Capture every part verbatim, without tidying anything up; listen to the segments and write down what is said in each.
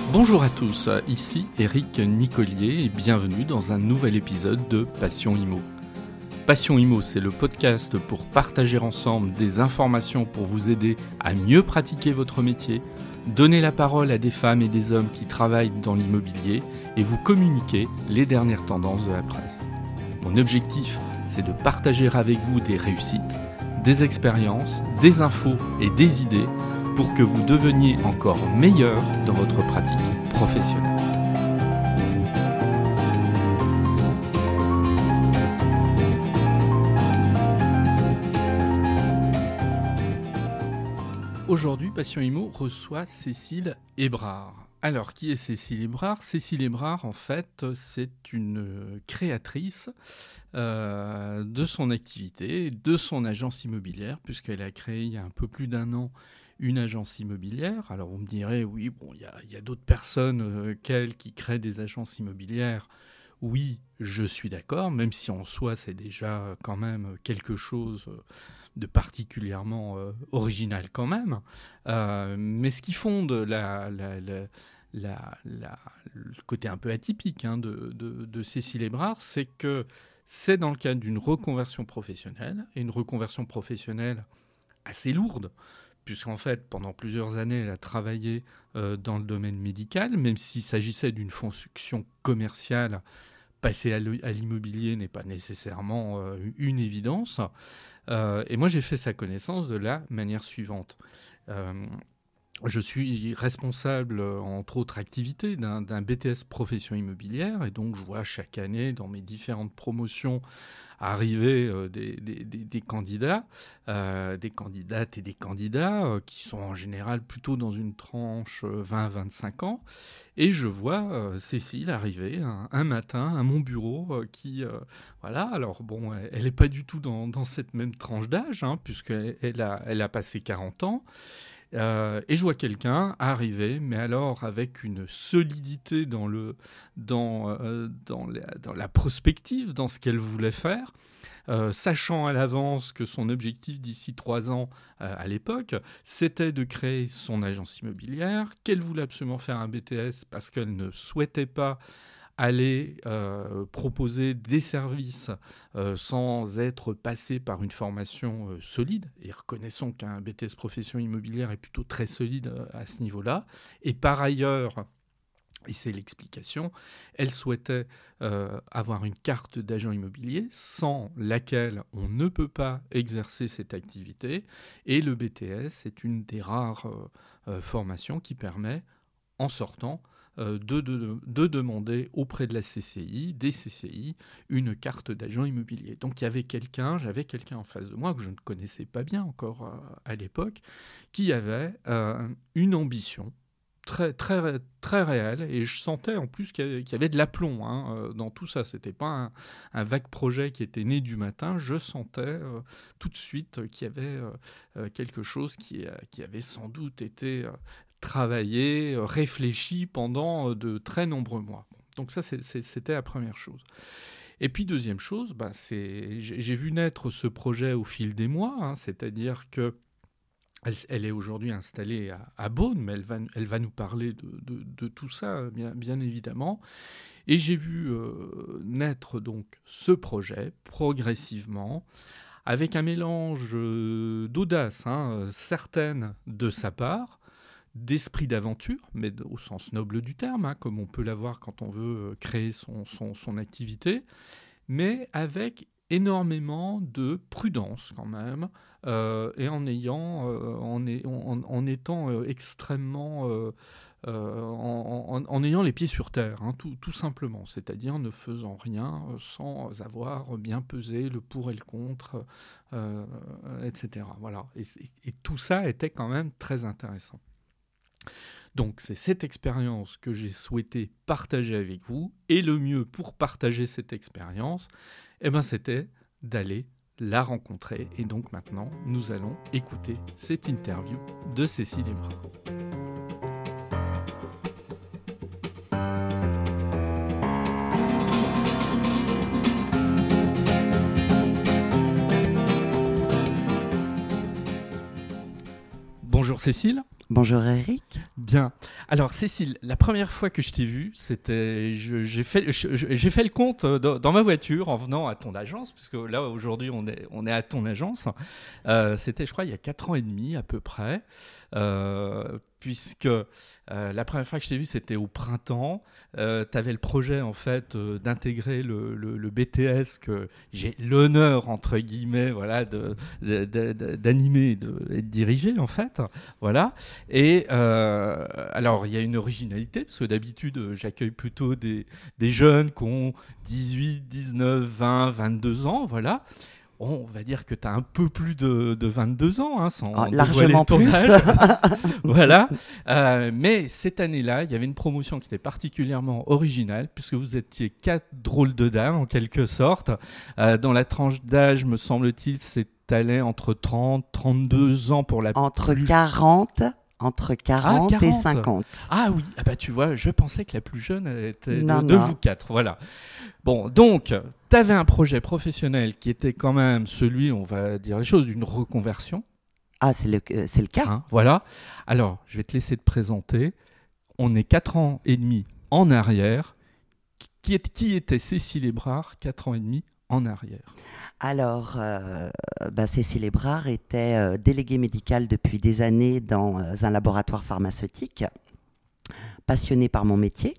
Bonjour à tous, ici Éric Nicolier et bienvenue dans un nouvel épisode de Passion Immo. Passion Immo, c'est le podcast pour partager ensemble des informations pour vous aider à mieux pratiquer votre métier, donner la parole à des femmes et des hommes qui travaillent dans l'immobilier et vous communiquer les dernières tendances de la presse. Mon objectif, c'est de partager avec vous des réussites, des expériences, des infos et des idées pour que vous deveniez encore meilleur dans votre pratique professionnelle. Aujourd'hui, Passion Immo reçoit Cécile Hébrard. Alors, qui est Cécile Hébrard ? Cécile Hébrard, en fait, c'est une créatrice euh, de son activité, de son agence immobilière, puisqu'elle a créé il y a un peu plus d'un an une agence immobilière. Alors, vous me direz, oui, bon, il y a, y a d'autres personnes euh, qu'elle qui créent des agences immobilières. Oui, je suis d'accord, même si en soi, c'est déjà quand même quelque chose de particulièrement euh, original quand même. Euh, mais ce qui fonde la, la, la, la, la, le côté un peu atypique hein, de, de, de Cécile Hébrard, c'est que c'est dans le cadre d'une reconversion professionnelle, et une reconversion professionnelle assez lourde, puisqu'en fait, pendant plusieurs années, elle a travaillé euh, dans le domaine médical, même s'il s'agissait d'une fonction commerciale, passer à l'immobilier n'est pas nécessairement euh, une évidence. Euh, et moi, j'ai fait sa connaissance de la manière suivante. Euh, je suis responsable, entre autres activités, d'un, d'un B T S profession immobilière, et donc je vois chaque année, dans mes différentes promotions, arriver euh, des, des, des, des candidats, euh, des candidates et des candidats euh, qui sont en général plutôt dans une tranche euh, vingt à vingt-cinq ans. Et je vois euh, Cécile arriver un, un matin à mon bureau euh, qui... Euh, voilà, alors bon, elle n'est pas du tout dans, dans cette même tranche d'âge, hein, puisqu'elle elle a, elle a passé quarante ans. Euh, et je vois quelqu'un arriver, mais alors avec une solidité dans, le, dans, euh, dans, la, dans la prospective, dans ce qu'elle voulait faire, euh, sachant à l'avance que son objectif d'ici trois ans euh, à l'époque, c'était de créer son agence immobilière, qu'elle voulait absolument faire un B T S parce qu'elle ne souhaitait pas aller euh, proposer des services euh, sans être passé par une formation euh, solide. Et reconnaissons qu'un B T S profession immobilière est plutôt très solide euh, à ce niveau-là. Et par ailleurs, et c'est l'explication, elle souhaitait euh, avoir une carte d'agent immobilier sans laquelle on ne peut pas exercer cette activité. Et le B T S est une des rares euh, euh, formations qui permet, en sortant, De, de, de demander auprès de la C C I, des C C I, une carte d'agent immobilier. Donc il y avait quelqu'un, j'avais quelqu'un en face de moi que je ne connaissais pas bien encore euh, à l'époque, qui avait euh, une ambition très, très, très réelle, et je sentais en plus qu'il y avait, qu'il y avait de l'aplomb hein, dans tout ça. C'était pas un, un vague projet qui était né du matin, je sentais euh, tout de suite qu'il y avait euh, quelque chose qui, qui avait sans doute été... Euh, travaillé, réfléchi pendant de très nombreux mois. Donc ça, c'est, c'est, c'était la première chose. Et puis, deuxième chose, ben c'est, j'ai, j'ai vu naître ce projet au fil des mois, hein, c'est-à-dire que elle, elle est aujourd'hui installée à, à Beaune, mais elle va, elle va nous parler de, de, de tout ça, bien, bien évidemment. Et j'ai vu euh, naître donc ce projet progressivement, avec un mélange euh, d'audace, hein, certaine de sa part, d'esprit d'aventure, mais au sens noble du terme, hein, comme on peut l'avoir quand on veut créer son, son, son activité, mais avec énormément de prudence quand même, euh, et en, ayant, euh, en, en, en étant euh, extrêmement... Euh, euh, en, en, en ayant les pieds sur terre, hein, tout, tout simplement, c'est-à-dire ne faisant rien sans avoir bien pesé le pour et le contre, euh, et cetera. Voilà. Et, et, et tout ça était quand même très intéressant. Donc c'est cette expérience que j'ai souhaité partager avec vous, et le mieux pour partager cette expérience, eh ben, c'était d'aller la rencontrer. Et donc maintenant, nous allons écouter cette interview de Cécile Hébrard. Bonjour Cécile. Bonjour Eric. Bien. Alors Cécile, la première fois que je t'ai vue, c'était, je- j'ai fait, je- je- j'ai fait le compte dans, dans ma voiture en venant à ton agence, puisque là aujourd'hui on est, on est à ton agence. Euh, c'était, je crois, il y a quatre ans et demi à peu près, euh, puisque euh, la première fois que je t'ai vue, c'était au printemps. Euh, tu avais le projet en fait euh, d'intégrer le, le- le B T S que j'ai l'honneur entre guillemets, voilà, de, de- de- de- d'animer et de, et de diriger en fait, voilà. Et euh, alors, il y a une originalité, parce que d'habitude, euh, j'accueille plutôt des, des jeunes qui ont dix-huit, dix-neuf, vingt, vingt-deux ans, voilà. Bon, on va dire que tu as un peu plus de, de vingt-deux ans, hein, sans Oh, dévoiler largement ton plus. âge. Voilà. Euh, mais cette année-là, il y avait une promotion qui était particulièrement originale, puisque vous étiez quatre drôles de dames, en quelque sorte. Euh, dans la tranche d'âge, me semble-t-il, c'est allé entre trente, trente-deux ans pour la Entre plus... quarante, entre quarante, Ah, et quarante. cinquante. Ah oui, ah bah tu vois, je pensais que la plus jeune était de, Non, de non. vous quatre, voilà. Bon, donc, tu avais un projet professionnel qui était quand même celui, on va dire les choses, d'une reconversion, Ah, c'est le, euh, c'est le cas. hein, voilà. Alors, je vais te laisser te présenter. On est quatre ans et demi en arrière. Qui, est, qui était Cécile Hébrard, quatre ans et demi en arrière? Alors, euh, bah, Cécile Hébrard était euh, déléguée médicale depuis des années dans euh, un laboratoire pharmaceutique, passionnée par mon métier,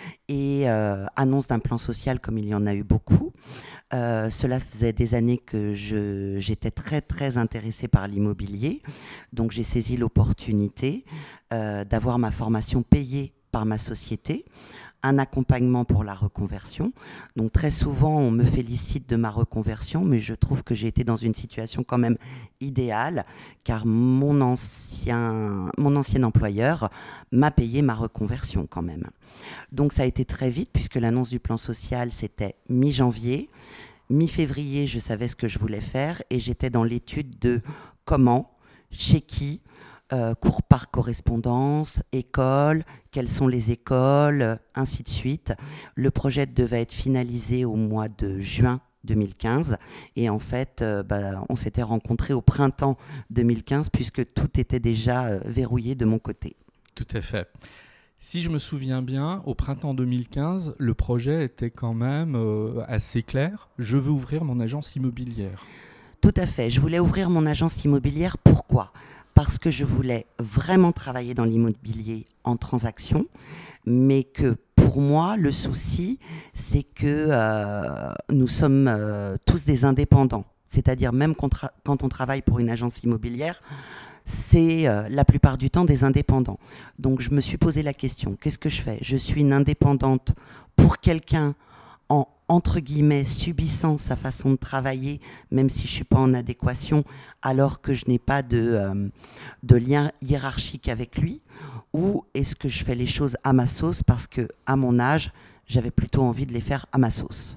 et euh, annonce d'un plan social comme il y en a eu beaucoup. Euh, cela faisait des années que je, j'étais très très intéressée par l'immobilier, donc j'ai saisi l'opportunité euh, d'avoir ma formation payée par ma société, un accompagnement pour la reconversion. Donc très souvent, on me félicite de ma reconversion, mais je trouve que j'ai été dans une situation quand même idéale, car mon ancien, mon ancien employeur m'a payé ma reconversion quand même. Donc ça a été très vite, puisque l'annonce du plan social, c'était mi-janvier. Mi-février, je savais ce que je voulais faire, et j'étais dans l'étude de comment, chez qui, Euh, cours par correspondance, école, quelles sont les écoles, euh, ainsi de suite. Le projet devait être finalisé au mois de juin deux mille quinze et en fait, euh, bah, on s'était rencontrés au printemps deux mille quinze puisque tout était déjà euh, verrouillé de mon côté. Tout à fait. Si je me souviens bien, au printemps deux mille quinze, le projet était quand même euh, assez clair. Je veux ouvrir mon agence immobilière. Tout à fait. Je voulais ouvrir mon agence immobilière. Pourquoi ? Parce que je voulais vraiment travailler dans l'immobilier en transaction, mais que pour moi, le souci, c'est que euh, nous sommes euh, tous des indépendants. C'est-à-dire même quand, tra- quand on travaille pour une agence immobilière, c'est euh, la plupart du temps des indépendants. Donc je me suis posé la question, qu'est-ce que je fais ? Je suis une indépendante pour quelqu'un en, entre guillemets, subissant sa façon de travailler, même si je ne suis pas en adéquation, alors que je n'ai pas de, euh, de lien hiérarchique avec lui, ou est-ce que je fais les choses à ma sauce parce qu'à mon âge, j'avais plutôt envie de les faire à ma sauce.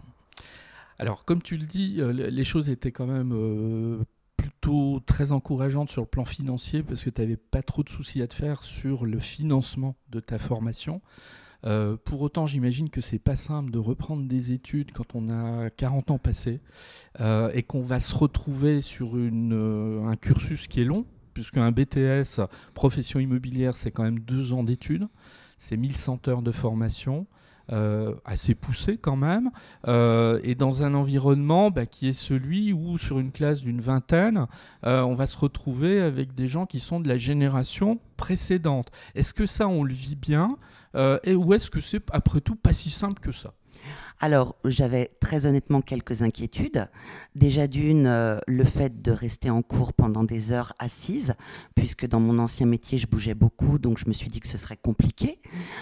Alors, comme tu le dis, euh, les choses étaient quand même euh, plutôt très encourageantes sur le plan financier parce que tu n'avais pas trop de soucis à te faire sur le financement de ta formation. Euh, pour autant, j'imagine que c'est pas simple de reprendre des études quand on a quarante ans passés euh, et qu'on va se retrouver sur une, euh, un cursus qui est long, puisqu'un B T S, profession immobilière, c'est quand même deux ans d'études, c'est mille cent heures de formation. Euh, assez poussé quand même, euh, et dans un environnement bah, qui est celui où sur une classe d'une vingtaine, euh, on va se retrouver avec des gens qui sont de la génération précédente. Est-ce que ça, on le vit bien euh, et, ou est-ce que c'est après tout pas si simple que ça ? Alors, j'avais très honnêtement quelques inquiétudes. Déjà d'une, euh, le fait de rester en cours pendant des heures assises, puisque dans mon ancien métier, je bougeais beaucoup, donc je me suis dit que ce serait compliqué.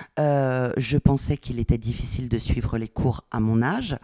Euh, je pensais qu'il était difficile de suivre les cours à mon âge.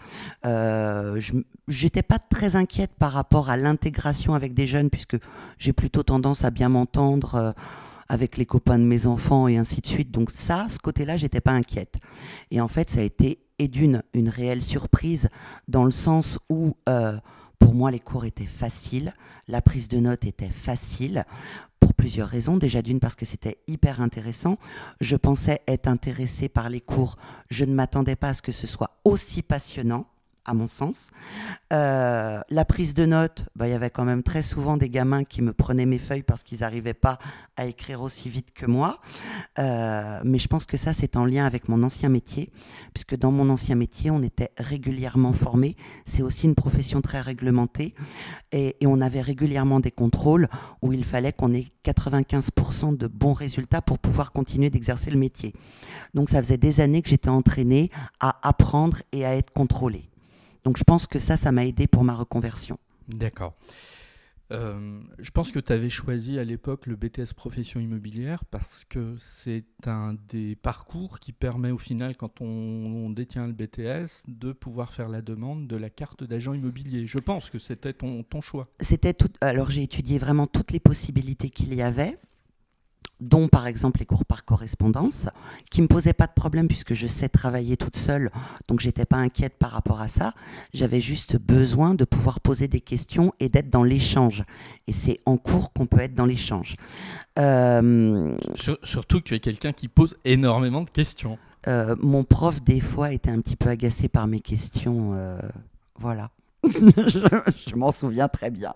Euh, je n'étais pas très inquiète par rapport à l'intégration avec des jeunes, puisque j'ai plutôt tendance à bien m'entendre euh, avec les copains de mes enfants et ainsi de suite. Donc ça, ce côté-là, j'étais pas inquiète. Et en fait, ça a été et d'une, une réelle surprise dans le sens où, euh, pour moi, les cours étaient faciles, la prise de notes était facile, pour plusieurs raisons. Déjà d'une, parce que c'était hyper intéressant. Je pensais être intéressée par les cours. Je ne m'attendais pas à ce que ce soit aussi passionnant à mon sens. Euh, la prise de notes, bah, il y avait quand même très souvent des gamins qui me prenaient mes feuilles parce qu'ils n'arrivaient pas à écrire aussi vite que moi. Euh, mais je pense que ça, c'est en lien avec mon ancien métier, puisque dans mon ancien métier, on était régulièrement formés. C'est aussi une profession très réglementée et, et on avait régulièrement des contrôles où il fallait qu'on ait quatre-vingt-quinze pour cent de bons résultats pour pouvoir continuer d'exercer le métier. Donc ça faisait des années que j'étais entraînée à apprendre et à être contrôlée. Donc je pense que ça, ça m'a aidé pour ma reconversion. D'accord. Euh, je pense que tu avais choisi à l'époque le B T S profession immobilière parce que c'est un des parcours qui permet au final, quand on, on détient le B T S, de pouvoir faire la demande de la carte d'agent immobilier. Je pense que c'était ton, ton choix. C'était tout, alors j'ai étudié vraiment toutes les possibilités qu'il y avait, dont par exemple les cours par correspondance, qui ne me posaient pas de problème puisque je sais travailler toute seule, donc j'étais pas inquiète par rapport à ça. J'avais juste besoin de pouvoir poser des questions et d'être dans l'échange. Et c'est en cours qu'on peut être dans l'échange. Euh, Sur, surtout que tu es quelqu'un qui pose énormément de questions. Euh, mon prof, des fois, était un petit peu agacé par mes questions. Euh, voilà. je je m'en souviens très bien.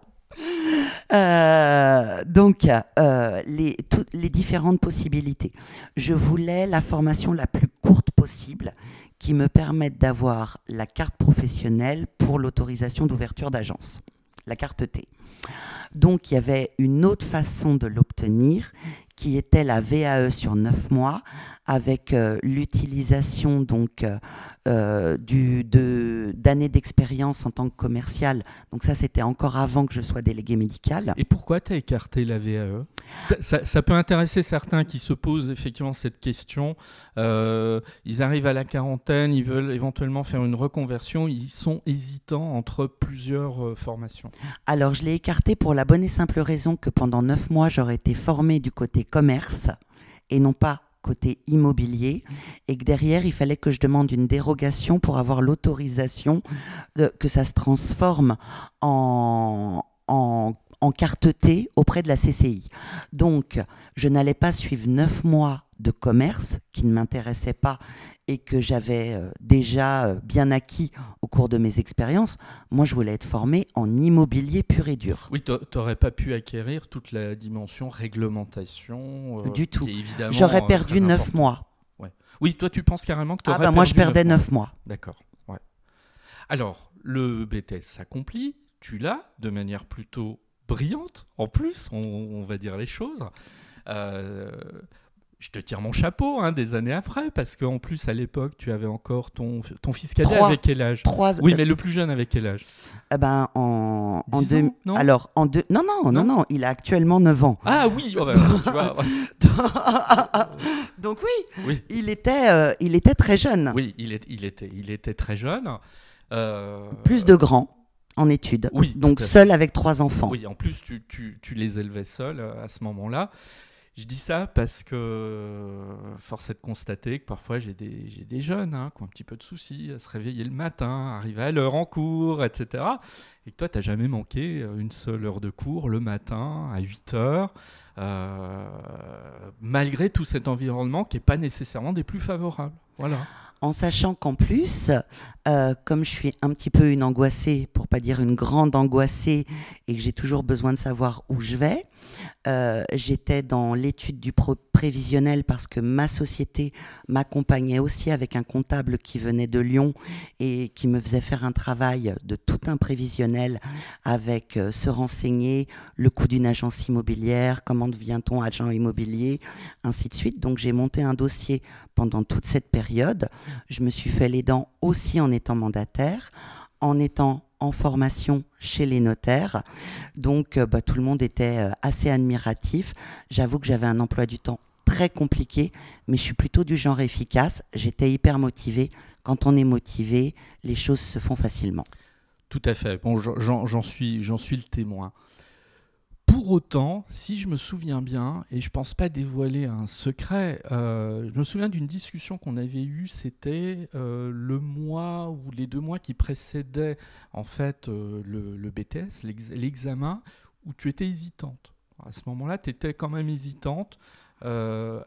Euh, donc, euh, les, tout, les différentes possibilités. Je voulais la formation la plus courte possible qui me permette d'avoir la carte professionnelle pour l'autorisation d'ouverture d'agence, la carte T. Donc, il y avait une autre façon de l'obtenir qui était la V A E sur neuf mois avec euh, l'utilisation donc, euh, du, de, d'années d'expérience en tant que commercial. Donc ça, c'était encore avant que je sois déléguée médicale. Et pourquoi tu as écarté la V A E ? ça, ça, ça peut intéresser certains qui se posent effectivement cette question. Euh, ils arrivent à la quarantaine, ils veulent éventuellement faire une reconversion, ils sont hésitants entre plusieurs euh, formations. Alors, je l'ai écarté pour la bonne et simple raison que pendant neuf mois, j'aurais été formée du côté commerce et non pas côté immobilier, et que derrière, il fallait que je demande une dérogation pour avoir l'autorisation de, que ça se transforme en, en, en carte T auprès de la C C I. Donc, je n'allais pas suivre neuf mois de commerce qui ne m'intéressait pas et que j'avais euh, déjà euh, bien acquis au cours de mes expériences. Moi, je voulais être formée en immobilier pur et dur. Oui, tu n'aurais pas pu acquérir toute la dimension réglementation. Euh, du tout. Évidemment, j'aurais perdu euh, neuf mois. Ouais. Oui, toi, tu penses carrément que tu aurais ah ben perdu moi, je perdais neuf mois. neuf mois. D'accord. Ouais. Alors, le B T S s'accomplit. Tu l'as de manière plutôt brillante, en plus, on, on va dire les choses. Euh, je te tire mon chapeau hein, des années après, parce qu'en plus, à l'époque, tu avais encore ton, ton fils cadet. Trois, avec quel âge trois, Oui, mais le plus jeune avec quel âge eh ben, en, en dix deux, ans, non alors, en deux, non, non, non, non, non, il a actuellement neuf ans. Ah oui, oh ben, tu vois. Donc oui, oui. Il, était, euh, il était très jeune. Oui, il, est, il, était, il était très jeune. Euh, Plus de grands en études, oui, donc seul avec trois enfants. Oui, en plus, tu, tu, tu les élevais seuls à ce moment-là. Je dis ça parce que force est de constater que parfois j'ai des, j'ai des jeunes hein, qui ont un petit peu de soucis à se réveiller le matin, arriver à l'heure en cours, et cetera. Et que toi, tu n'as jamais manqué une seule heure de cours le matin à huit heures, euh, malgré tout cet environnement qui n'est pas nécessairement des plus favorables. Voilà. En sachant qu'en plus, euh, comme je suis un petit peu une angoissée, pour pas dire une grande angoissée, et que j'ai toujours besoin de savoir où je vais, euh, j'étais dans l'étude du pro- prévisionnel parce que ma société m'accompagnait aussi avec un comptable qui venait de Lyon et qui me faisait faire un travail de tout un prévisionnel avec euh, se renseigner, le coût d'une agence immobilière, comment devient-on agent immobilier, ainsi de suite. Donc j'ai monté un dossier pendant toute cette période. Je me suis fait les dents aussi en étant mandataire, en étant en formation chez les notaires. Donc, bah, tout le monde était assez admiratif. J'avoue que j'avais un emploi du temps très compliqué, mais je suis plutôt du genre efficace. J'étais hyper motivée. Quand on est motivé, les choses se font facilement. Tout à fait. Bon, j'en, j'en suis, j'en suis le témoin. Pour autant, si je me souviens bien, et je ne pense pas dévoiler un secret, euh, je me souviens d'une discussion qu'on avait eue, c'était euh, le mois ou les deux mois qui précédaient en fait euh, le, le B T S, l'ex, l'examen, où tu étais hésitante. À ce moment-là, tu étais quand même hésitante. Euh,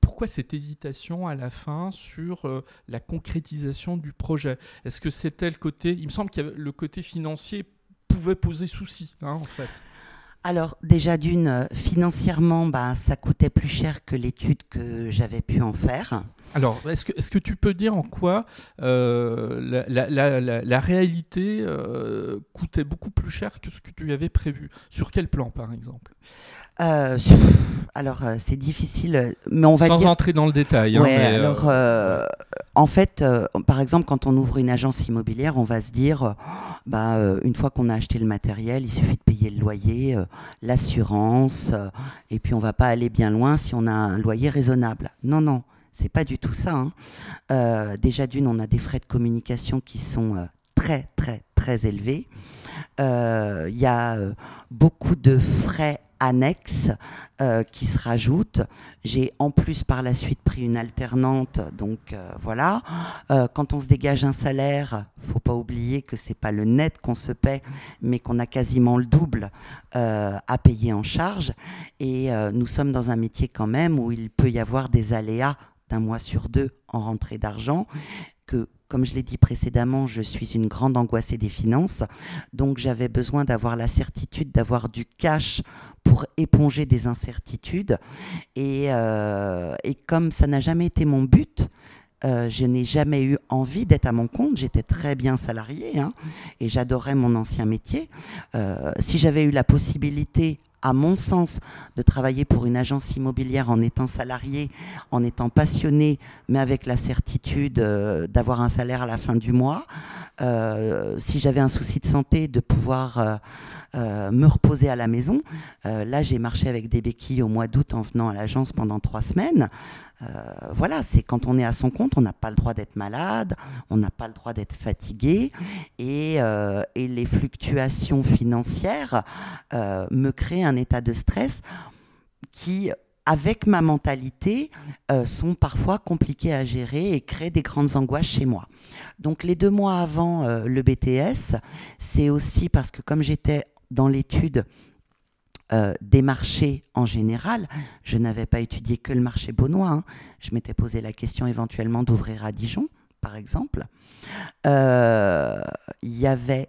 pourquoi cette hésitation à la fin sur euh, la concrétisation du projet? Est-ce que c'était le côté... Il me semble que le côté financier pouvait poser souci, hein, en fait. Alors déjà d'une, euh, financièrement, bah, ça coûtait plus cher que l'étude que j'avais pu en faire. Alors, est-ce que, est-ce que tu peux dire en quoi euh, la, la, la, la, la réalité euh, coûtait beaucoup plus cher que ce que tu avais prévu? Sur quel plan, par exemple? Euh, alors, euh, c'est difficile, mais on va Sans dire... entrer dans le détail. Ouais, hein, mais, alors, euh, euh, en fait, euh, par exemple, quand on ouvre une agence immobilière, on va se dire, euh, bah, euh, une fois qu'on a acheté le matériel, il suffit de payer le loyer, euh, l'assurance, euh, et puis on va pas aller bien loin si on a un loyer raisonnable. Non, non, c'est pas du tout ça. Hein. Euh, déjà d'une, on a des frais de communication qui sont euh, très, très, très élevés. Il euh, y a euh, beaucoup de frais annexes euh, qui se rajoutent. J'ai en plus par la suite pris une alternante, donc euh, voilà. Euh, quand on se dégage un salaire, faut pas oublier que c'est pas le net qu'on se paie, mais qu'on a quasiment le double euh, à payer en charge. Et euh, nous sommes dans un métier quand même où il peut y avoir des aléas d'un mois sur deux en rentrée d'argent, que comme je l'ai dit précédemment, je suis une grande angoissée des finances, donc j'avais besoin d'avoir la certitude d'avoir du cash pour éponger des incertitudes. Et, euh, et comme ça n'a jamais été mon but, euh, je n'ai jamais eu envie d'être à mon compte. J'étais très bien salariée hein, et j'adorais mon ancien métier. Euh, si j'avais eu la possibilité, à mon sens, de travailler pour une agence immobilière en étant salarié, en étant passionné, mais avec la certitude euh, d'avoir un salaire à la fin du mois. Euh, si j'avais un souci de santé, de pouvoir euh, euh, me reposer à la maison. Euh, là, j'ai marché avec des béquilles au mois d'août en venant à l'agence pendant trois semaines. Euh, voilà, c'est quand on est à son compte, on n'a pas le droit d'être malade, on n'a pas le droit d'être fatigué, et, euh, et les fluctuations financières euh, me créent un état de stress qui, avec ma mentalité, euh, sont parfois compliqués à gérer et créent des grandes angoisses chez moi. Donc les deux mois avant euh, le B T S, c'est aussi parce que comme j'étais dans l'étude Euh, des marchés en général. Je n'avais pas étudié que le marché beaunois. Hein. Je m'étais posé la question éventuellement d'ouvrir à Dijon, par exemple. Il euh, y avait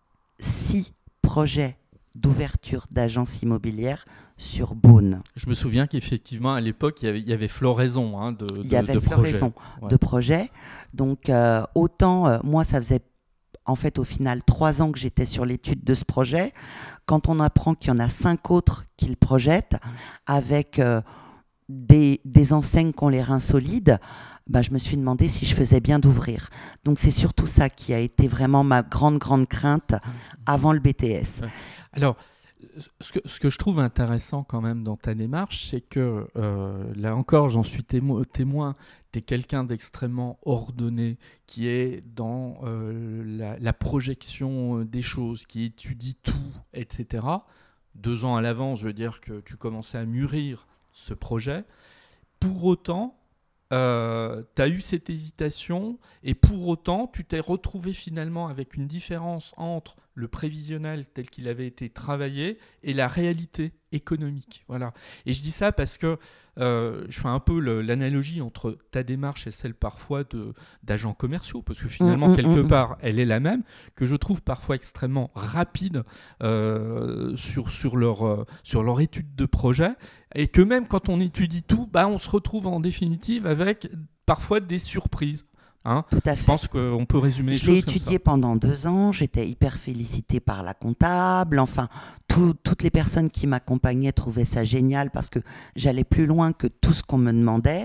six projets d'ouverture d'agences immobilières sur Beaune. Je me souviens qu'effectivement, à l'époque, il y avait, il y avait floraison hein, de, de, il y avait de floraison projets. Ouais. de projets. Donc, euh, autant, euh, moi, ça faisait en fait, au final, trois ans que j'étais sur l'étude de ce projet. Quand on apprend qu'il y en a cinq autres qui le projettent, avec euh, des, des enseignes qui ont les reins solides, ben, je me suis demandé si je faisais bien d'ouvrir. Donc, c'est surtout ça qui a été vraiment ma grande, grande crainte avant le B T S. Alors, ce que, ce que je trouve intéressant quand même dans ta démarche, c'est que, euh, là encore, j'en suis témo- témoin, tu es quelqu'un d'extrêmement ordonné, qui est dans euh, la, la projection des choses, qui étudie tout, et cetera. Deux ans à l'avance, je veux dire que tu commençais à mûrir ce projet. Pour autant, euh, tu as eu cette hésitation et pour autant, tu t'es retrouvé finalement avec une différence entre le prévisionnel tel qu'il avait été travaillé et la réalité économique. Voilà. Et je dis ça parce que euh, je fais un peu le, l'analogie entre ta démarche et celle parfois de, d'agents commerciaux, parce que finalement, mmh, quelque mmh. part, elle est la même, que je trouve parfois extrêmement rapide euh, sur, sur, leur, euh, sur leur étude de projet, et que même quand on étudie tout, bah, on se retrouve en définitive avec parfois des surprises. Hein, Tout à fait. Je pense qu'on peut résumer les je choses. Je l'ai étudié pendant deux ans, j'étais hyper félicitée par la comptable, enfin, tout, toutes les personnes qui m'accompagnaient trouvaient ça génial parce que j'allais plus loin que tout ce qu'on me demandait.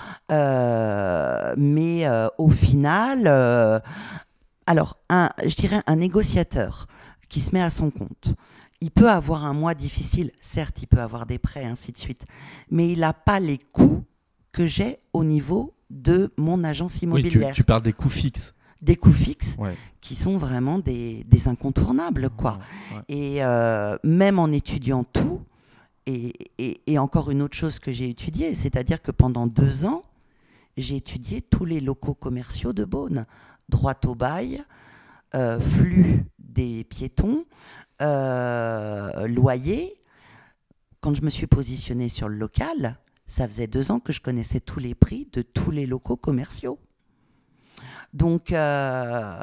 Euh, mais euh, au final, euh, alors, un, je dirais un négociateur qui se met à son compte, il peut avoir un mois difficile, certes, il peut avoir des prêts, ainsi de suite, mais il n'a pas les coûts que j'ai au niveau de mon agence immobilière. Oui, tu, tu parles des coûts fixes. Des coûts fixes ouais. qui sont vraiment des, des incontournables, quoi. Ouais, ouais. Et euh, même en étudiant tout, et, et, et encore une autre chose que j'ai étudiée, c'est-à-dire que pendant deux ans, j'ai étudié tous les locaux commerciaux de Beaune. Droit au bail, euh, flux des piétons, euh, loyer. Quand je me suis positionnée sur le local, ça faisait deux ans que je connaissais tous les prix de tous les locaux commerciaux. Donc, euh,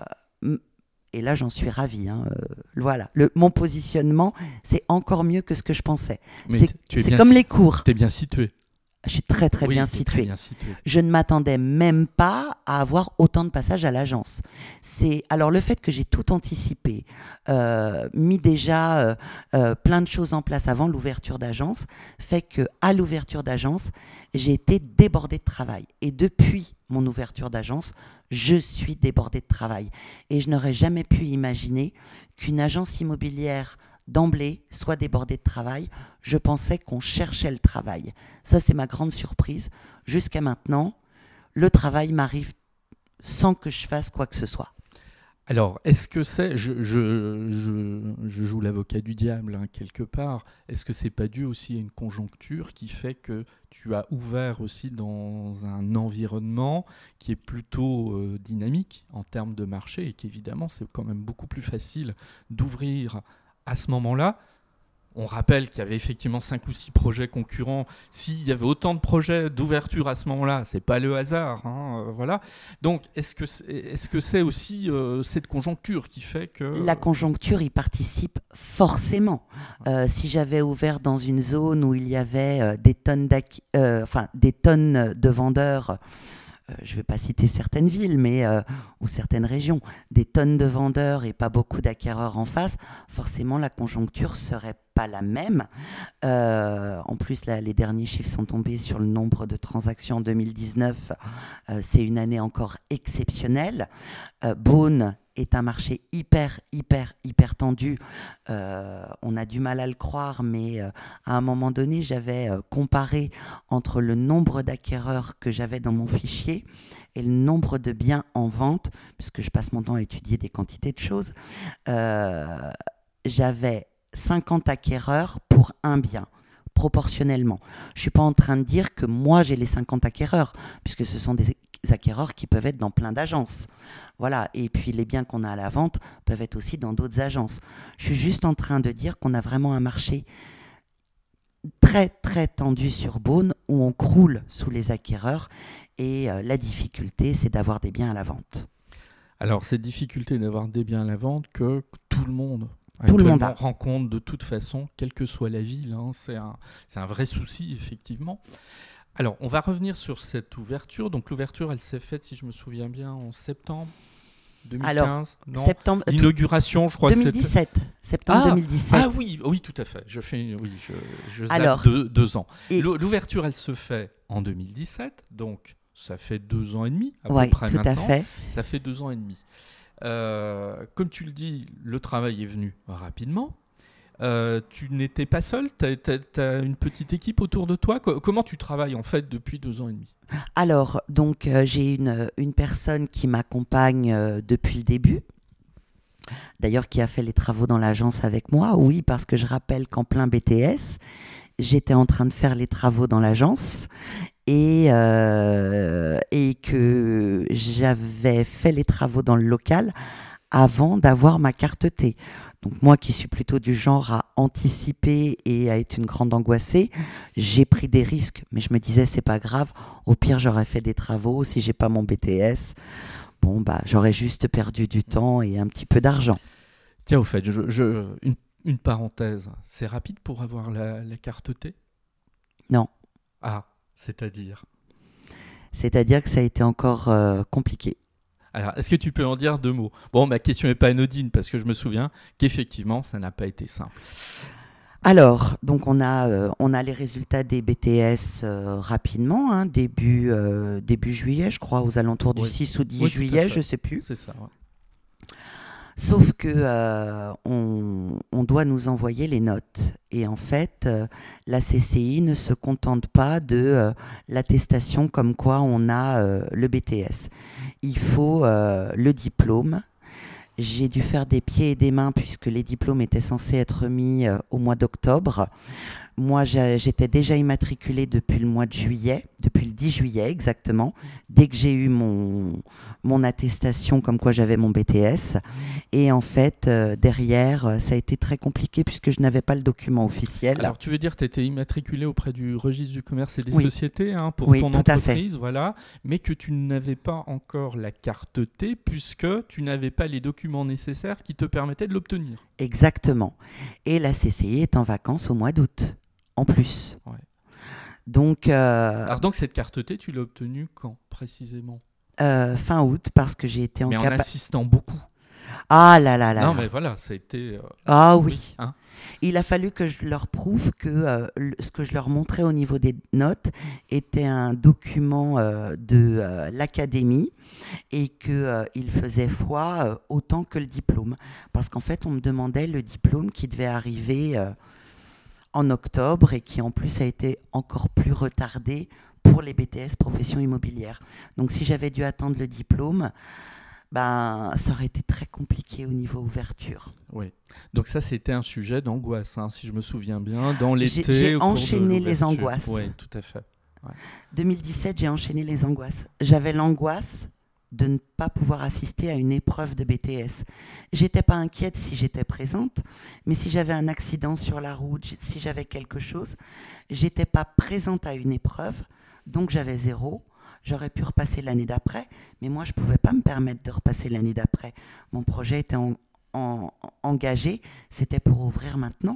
et là, j'en suis ravie. Hein. Euh, voilà, le, mon positionnement, c'est encore mieux que ce que je pensais. Mais c'est tu es c'est bien comme si- les cours. Tu es bien situé. Je suis très, très Oui, bien t'es située. très bien situé. Je ne m'attendais même pas à avoir autant de passages à l'agence. C'est alors le fait que j'ai tout anticipé, euh, mis déjà euh, euh, plein de choses en place avant l'ouverture d'agence, fait que à l'ouverture d'agence, j'ai été débordée de travail. Et depuis mon ouverture d'agence, je suis débordée de travail. Et je n'aurais jamais pu imaginer qu'une agence immobilière d'emblée soit débordée de travail. Je pensais qu'on cherchait le travail. Ça, c'est ma grande surprise. Jusqu'à maintenant, le travail m'arrive sans que je fasse quoi que ce soit. Alors, est-ce que c'est, je, je, je, je joue l'avocat du diable hein, quelque part, est-ce que c'est pas dû aussi à une conjoncture qui fait que tu as ouvert aussi dans un environnement qui est plutôt euh, dynamique en termes de marché et qu'évidemment c'est quand même beaucoup plus facile d'ouvrir à ce moment-là? On rappelle qu'il y avait effectivement cinq ou six projets concurrents. S'il y avait autant de projets d'ouverture à ce moment-là, c'est pas le hasard. Hein, euh, voilà. Donc, est-ce que c'est, est-ce que c'est aussi euh, cette conjoncture qui fait que... La conjoncture y participe forcément. Euh, si j'avais ouvert dans une zone où il y avait euh, des tonnes, euh, enfin, des tonnes de vendeurs, euh, je ne vais pas citer certaines villes mais, euh, ou certaines régions, des tonnes de vendeurs et pas beaucoup d'acquéreurs en face, forcément la conjoncture serait pas la même. Euh, en plus, là, les derniers chiffres sont tombés sur le nombre de transactions en deux mille dix-neuf. Euh, c'est une année encore exceptionnelle. Euh, Beaune est un marché hyper, hyper, hyper tendu. Euh, on a du mal à le croire, mais euh, à un moment donné, j'avais euh, comparé entre le nombre d'acquéreurs que j'avais dans mon fichier et le nombre de biens en vente, puisque je passe mon temps à étudier des quantités de choses. Euh, j'avais cinquante acquéreurs pour un bien, proportionnellement. Je ne suis pas en train de dire que moi j'ai les cinquante acquéreurs, puisque ce sont des acquéreurs qui peuvent être dans plein d'agences. Voilà. Et puis les biens qu'on a à la vente peuvent être aussi dans d'autres agences. Je suis juste en train de dire qu'on a vraiment un marché très très tendu sur Beaune où on croule sous les acquéreurs et euh, la difficulté c'est d'avoir des biens à la vente. Alors cette difficulté d'avoir des biens à la vente que tout le monde Tout le monde a. rencontre de toute façon, quelle que soit la ville, hein, c'est un, c'est un vrai souci effectivement. Alors on va revenir sur cette ouverture. Donc l'ouverture elle s'est faite si je me souviens bien en septembre deux mille quinze. Alors, non septembre, l'inauguration je crois deux mille dix-sept. C'était... Septembre ah, deux mille dix-sept. Ah oui, oui tout à fait. Je fais, oui, je, je zappe Alors, deux, deux ans. Et... L'ouverture elle se fait en deux mille dix-sept, donc ça fait deux ans et demi à ouais, peu près tout maintenant. À fait. Ça fait deux ans et demi. Euh, comme tu le dis, le travail est venu rapidement. Euh, tu n'étais pas seul, tu as une petite équipe autour de toi. Co- comment tu travailles en fait depuis deux ans et demi? Alors, donc euh, j'ai une, une personne qui m'accompagne euh, depuis le début. D'ailleurs, qui a fait les travaux dans l'agence avec moi. Oui, parce que je rappelle qu'en plein B T S, j'étais en train de faire les travaux dans l'agence et, euh, et que j'avais fait les travaux dans le local avant d'avoir ma carte T. Donc moi qui suis plutôt du genre à anticiper et à être une grande angoissée, j'ai pris des risques, mais je me disais c'est pas grave, au pire j'aurais fait des travaux, si j'ai pas mon B T S, bon bah j'aurais juste perdu du temps et un petit peu d'argent. Tiens au fait, je, je, une, une parenthèse, c'est rapide pour avoir la, la carte T? Non. Ah, c'est-à-dire? C'est-à-dire que ça a été encore euh, compliqué. Alors, est-ce que tu peux en dire deux mots? Bon, ma question n'est pas anodine parce que je me souviens qu'effectivement, ça n'a pas été simple. Alors, donc on a, euh, on a les résultats des B T S euh, rapidement, hein, début, euh, début juillet, je crois, aux alentours du oui. six ou dix oui, juillet, je ne sais plus. C'est ça, ouais. Sauf que euh, on, on doit nous envoyer les notes. Et en fait, euh, la C C I ne se contente pas de euh, l'attestation comme quoi on a euh, le B T S. Il faut euh, le diplôme. J'ai dû faire des pieds et des mains puisque les diplômes étaient censés être remis euh, au mois d'octobre. Moi, j'ai- j'étais déjà immatriculée depuis le mois de juillet, depuis le dix juillet exactement, dès que j'ai eu mon, mon attestation comme quoi j'avais mon B T S. Et en fait, euh, derrière, euh, ça a été très compliqué puisque je n'avais pas le document officiel. Alors, tu veux dire que tu étais immatriculé auprès du registre du commerce et des Oui. sociétés hein, pour Oui, ton tout à fait. entreprise, voilà, mais que tu n'avais pas encore la carte T puisque tu n'avais pas les documents nécessaires qui te permettaient de l'obtenir. Exactement. Et la C C I est en vacances au mois d'août, en plus. Ouais. Donc, euh, Alors donc cette carte T, tu l'as obtenue quand précisément? euh, fin août, parce que j'ai été en Mais en capa- insistant beaucoup. Ah là là là non là. mais voilà, ça a été... euh, Ah oui. hein. Il a fallu que je leur prouve que euh, le- ce que je leur montrais au niveau des notes était un document euh, de euh, l'académie et qu'il euh, faisait foi euh, autant que le diplôme. Parce qu'en fait, on me demandait le diplôme qui devait arriver euh, en octobre et qui en plus a été encore plus retardé pour les B T S profession immobilière. Donc si j'avais dû attendre le diplôme, ben, ça aurait été très compliqué au niveau ouverture. Oui. Donc ça, c'était un sujet d'angoisse, hein, si je me souviens bien, dans l'été. J'ai- j'ai au cours de enchaîné les l'ouverture. angoisses. Oui, tout à fait. deux mille dix-sept, j'ai enchaîné les angoisses. J'avais l'angoisse de ne pas pouvoir assister à une épreuve de B T S. J'étais pas inquiète si j'étais présente, mais si j'avais un accident sur la route, j- si j'avais quelque chose, j'étais pas présente à une épreuve, donc j'avais zéro. J'aurais pu repasser l'année d'après, mais moi, je ne pouvais pas me permettre de repasser l'année d'après. Mon projet était en- en- engagé, c'était pour ouvrir maintenant.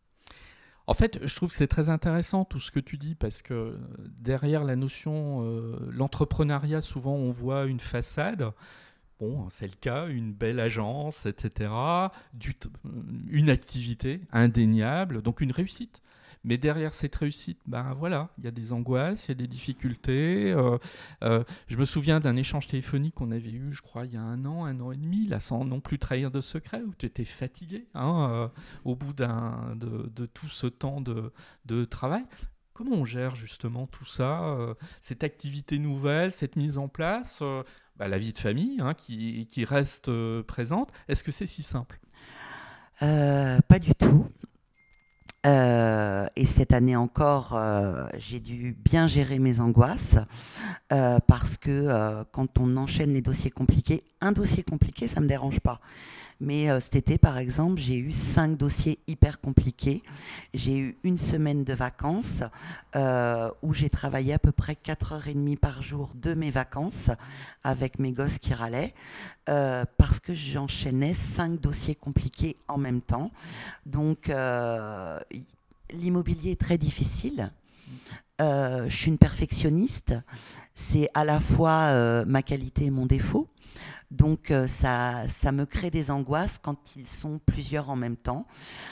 En fait, je trouve que c'est très intéressant tout ce que tu dis parce que derrière la notion, euh, l'entrepreneuriat, souvent on voit une façade. Bon, c'est le cas, une belle agence, et cetera. Du t- une activité indéniable, donc une réussite. Mais derrière cette réussite, ben voilà, il y a des angoisses, il y a des difficultés. Euh, euh, je me souviens d'un échange téléphonique qu'on avait eu, je crois, il y a un an, un an et demi, là, sans non plus trahir de secret, où tu étais fatigué hein, euh, au bout d'un, de, de tout ce temps de, de travail. Comment on gère justement tout ça, euh, cette activité nouvelle, cette mise en place, euh, bah, la vie de famille hein, qui, qui reste euh, présente? Est-ce que c'est si simple? Euh, pas du tout. Euh, et cette année encore, euh, j'ai dû bien gérer mes angoisses euh, parce que euh, quand on enchaîne les dossiers compliqués, un dossier compliqué, ça ne me dérange pas. Mais euh, cet été, par exemple, j'ai eu cinq dossiers hyper compliqués. J'ai eu une semaine de vacances euh, où j'ai travaillé à peu près quatre heures trente par jour de mes vacances avec mes gosses qui râlaient euh, parce que j'enchaînais cinq dossiers compliqués en même temps. Donc, euh, l'immobilier est très difficile. Euh, je suis une perfectionniste. C'est à la fois euh, ma qualité et mon défaut. Donc euh, ça, ça me crée des angoisses quand ils sont plusieurs en même temps.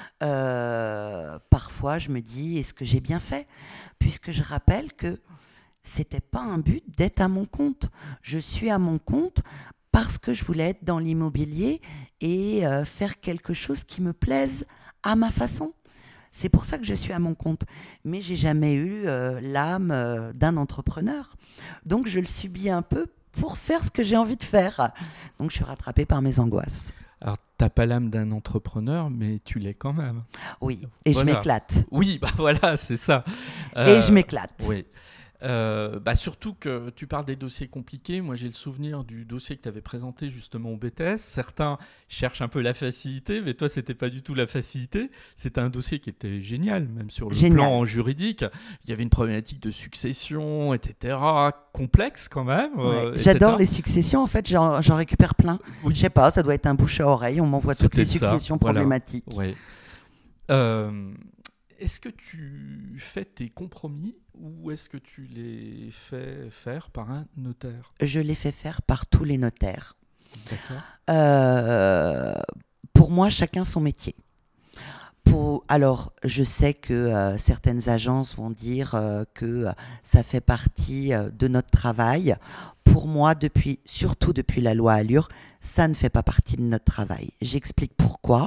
Euh, parfois, je me dis, est-ce que j'ai bien fait? Puisque je rappelle que c'était pas un but d'être à mon compte. Je suis à mon compte parce que je voulais être dans l'immobilier et euh, faire quelque chose qui me plaise à ma façon. C'est pour ça que je suis à mon compte. Mais j'ai jamais eu euh, l'âme euh, d'un entrepreneur. Donc je le subis un peu pour faire ce que j'ai envie de faire. Donc je suis rattrapée par mes angoisses. Alors, tu n'as pas l'âme d'un entrepreneur, mais tu l'es quand même. Oui, et Voilà. je m'éclate. Oui, bah voilà, c'est ça. Et Euh, je m'éclate. Oui. Euh, bah surtout que tu parles des dossiers compliqués. Moi, j'ai le souvenir du dossier que tu avais présenté justement au B T S. Certains cherchent un peu la facilité, mais toi, c'était pas du tout la facilité. C'était un dossier qui était génial, même sur le Génial. plan juridique. Il y avait une problématique de succession, et cetera. Complexe quand même. Ouais. euh, J'adore et cetera. les successions, en fait, j'en, j'en récupère plein. Oui. Je sais pas, ça doit être un bouche à oreille, on m'envoie C'est toutes les peut-être ça, successions voilà. problématiques. Ouais. Euh, est-ce que tu fais tes compromis ou est-ce que tu les fais faire par un notaire? Je les fais faire par tous les notaires. D'accord. Euh, pour moi, chacun son métier. Pour, alors, je sais que euh, certaines agences vont dire euh, que euh, ça fait partie euh, de notre travail. Pour moi, depuis, surtout depuis la loi Allure, ça ne fait pas partie de notre travail. J'explique pourquoi.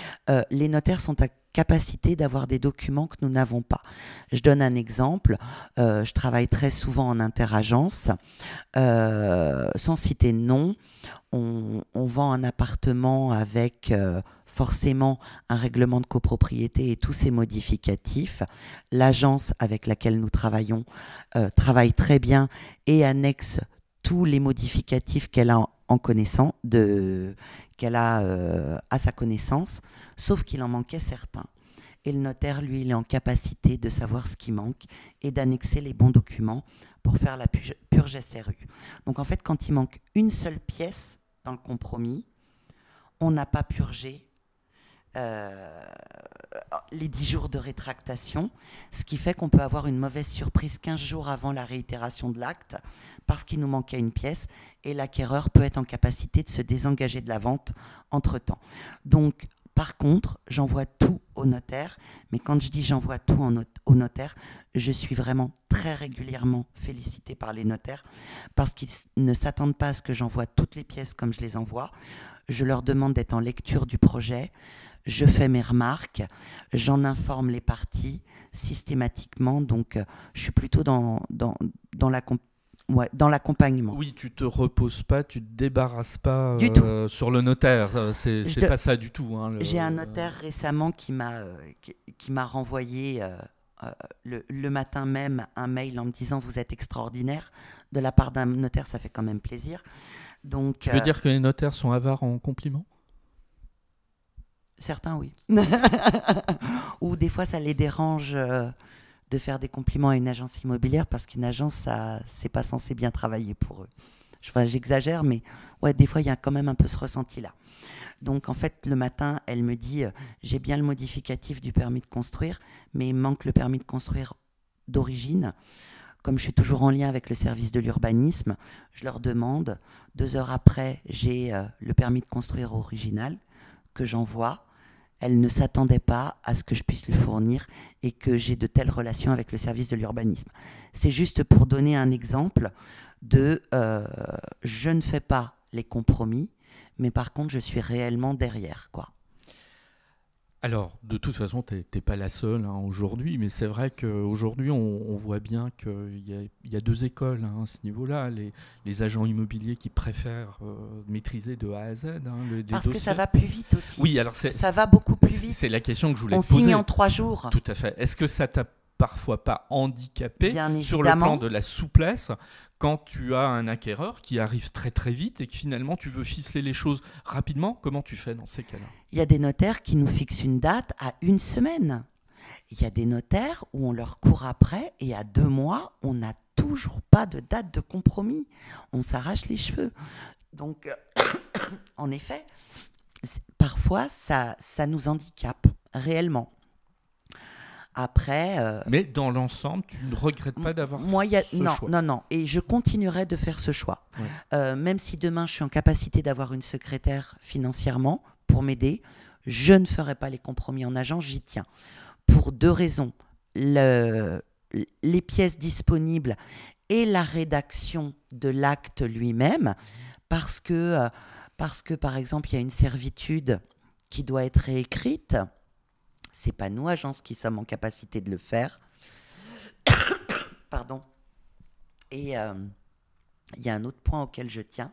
Euh, les notaires sont à capacité d'avoir des documents que nous n'avons pas. Je donne un exemple. Euh, je travaille très souvent en interagence. Euh, sans citer de nom, on, on vend un appartement avec euh, forcément un règlement de copropriété et tous ses modificatifs. L'agence avec laquelle nous travaillons euh, travaille très bien et annexe tous les modificatifs qu'elle a en, en connaissance, de, qu'elle a euh, à sa connaissance, sauf qu'il en manquait certains. Et le notaire, lui, il est en capacité de savoir ce qui manque et d'annexer les bons documents pour faire la purge, purge S R U. Donc en fait, quand il manque une seule pièce dans le compromis, on n'a pas purgé euh, les dix jours de rétractation, ce qui fait qu'on peut avoir une mauvaise surprise quinze jours avant la réitération de l'acte parce qu'il nous manquait une pièce et l'acquéreur peut être en capacité de se désengager de la vente entre-temps. Donc, par contre, j'envoie tout au notaire, mais quand je dis j'envoie tout en not- au notaire, je suis vraiment très régulièrement félicitée par les notaires parce qu'ils ne s'attendent pas à ce que j'envoie toutes les pièces comme je les envoie. Je leur demande d'être en lecture du projet, je fais mes remarques, j'en informe les parties systématiquement, donc euh, je suis plutôt dans, dans, dans la comp- Ouais, dans l'accompagnement. Oui, tu te reposes pas, tu te débarrasses pas du euh, sur le notaire. C'est, c'est de... pas ça du tout. Hein, le... J'ai un notaire récemment qui m'a, euh, qui, qui m'a renvoyé euh, euh, le, le matin même un mail en me disant vous êtes extraordinaire. De la part d'un notaire, ça fait quand même plaisir. Donc, tu veux euh, dire que les notaires sont avares en compliments ? Certains, oui. Ou des fois, ça les dérange. Euh, de faire des compliments à une agence immobilière parce qu'une agence, ça, c'est pas censé bien travailler pour eux. Je, enfin, j'exagère, mais ouais, des fois, il y a quand même un peu ce ressenti-là. Donc, en fait, le matin, elle me dit euh, j'ai bien le modificatif du permis de construire, mais il manque le permis de construire d'origine. Comme je suis toujours en lien avec le service de l'urbanisme, je leur demande. Deux heures après, j'ai euh, le permis de construire original que j'envoie. Elle ne s'attendait pas à ce que je puisse lui fournir et que j'ai de telles relations avec le service de l'urbanisme. C'est juste pour donner un exemple de euh, je ne fais pas les compromis, mais par contre, je suis réellement derrière, quoi. Alors, de toute façon, tu n'es pas la seule hein, aujourd'hui, mais c'est vrai qu'aujourd'hui, on, on voit bien qu'il y, y a deux écoles hein, à ce niveau-là. Les, les agents immobiliers qui préfèrent euh, maîtriser de A à Z hein, le, les Parce dossiers. que ça va plus vite aussi. Oui, alors c'est, ça va beaucoup plus c'est, vite. C'est la question que je voulais on te poser. On signe en trois jours. Tout à fait. Est-ce que ça t'a parfois pas handicapé Bien sur le évidemment. plan de la souplesse quand tu as un acquéreur qui arrive très très vite et que finalement tu veux ficeler les choses rapidement? Comment tu fais dans ces cas-là? Il y a des notaires qui nous fixent une date à une semaine. Il y a des notaires où on leur court après et à deux mois, on n'a toujours pas de date de compromis. On s'arrache les cheveux. Donc, euh, en effet, parfois, ça, ça nous handicape réellement. Après, euh, mais dans l'ensemble, tu ne regrettes pas d'avoir moi, y a, ce non, choix. Non, non, et je continuerai de faire ce choix. Ouais. Euh, même si demain, je suis en capacité d'avoir une secrétaire financièrement pour m'aider, je ne ferai pas les compromis en agence, j'y tiens. Pour deux raisons. Le, les pièces disponibles et la rédaction de l'acte lui-même, parce que, euh, parce que, par exemple, il y a une servitude qui doit être réécrite. C'est pas nous, agence, qui sommes en capacité de le faire. Pardon. Et il euh, y a un autre point auquel je tiens.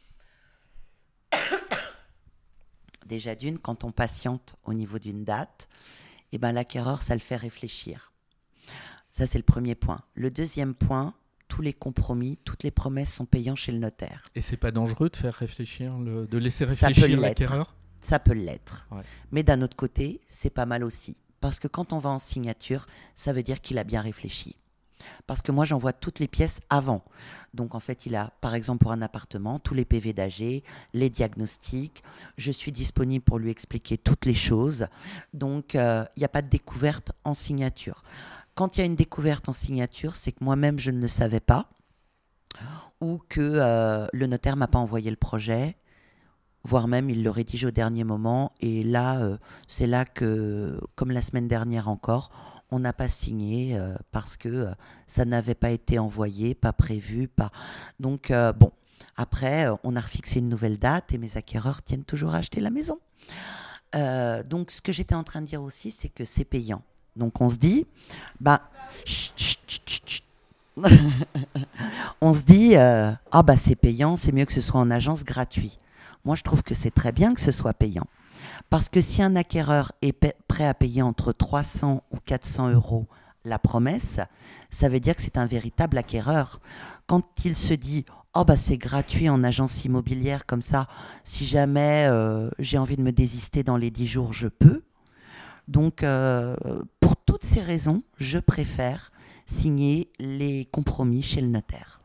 Déjà d'une, quand on patiente au niveau d'une date, eh ben, l'acquéreur, ça le fait réfléchir. Ça, c'est le premier point. Le deuxième point, tous les compromis, toutes les promesses sont payants chez le notaire. Et c'est pas dangereux de faire réfléchir, le, de laisser réfléchir l'acquéreur ? Ça peut l'être. Ouais. Mais d'un autre côté, c'est pas mal aussi. Parce que quand on va en signature, ça veut dire qu'il a bien réfléchi. Parce que moi, j'envoie toutes les pièces avant. Donc, en fait, il a, par exemple, pour un appartement, tous les P V d'A G, les diagnostics. Je suis disponible pour lui expliquer toutes les choses. Donc, il euh, n'y a pas de découverte en signature. Quand il y a une découverte en signature, c'est que moi-même, je ne le savais pas. Ou que euh, le notaire ne m'a pas envoyé le projet. Voire même, il le rédige au dernier moment. Et là, euh, c'est là que, comme la semaine dernière encore, on n'a pas signé euh, parce que euh, ça n'avait pas été envoyé, pas prévu. Pas... Donc, euh, bon, après, euh, on a refixé une nouvelle date et mes acquéreurs tiennent toujours à acheter la maison. Euh, donc, ce que j'étais en train de dire aussi, c'est que c'est payant. Donc, on se dit, bah, chut, chut, chut, chut. on se dit, euh, ah bah c'est payant, c'est mieux que ce soit en agence gratuit. Moi, je trouve que c'est très bien que ce soit payant. Parce que si un acquéreur est pa- prêt à payer entre trois cents ou quatre cents euros la promesse, ça veut dire que c'est un véritable acquéreur. Quand il se dit, oh bah c'est gratuit en agence immobilière comme ça, si jamais euh, j'ai envie de me désister dans les dix jours, je peux. Donc, euh, pour toutes ces raisons, je préfère signer les compromis chez le notaire.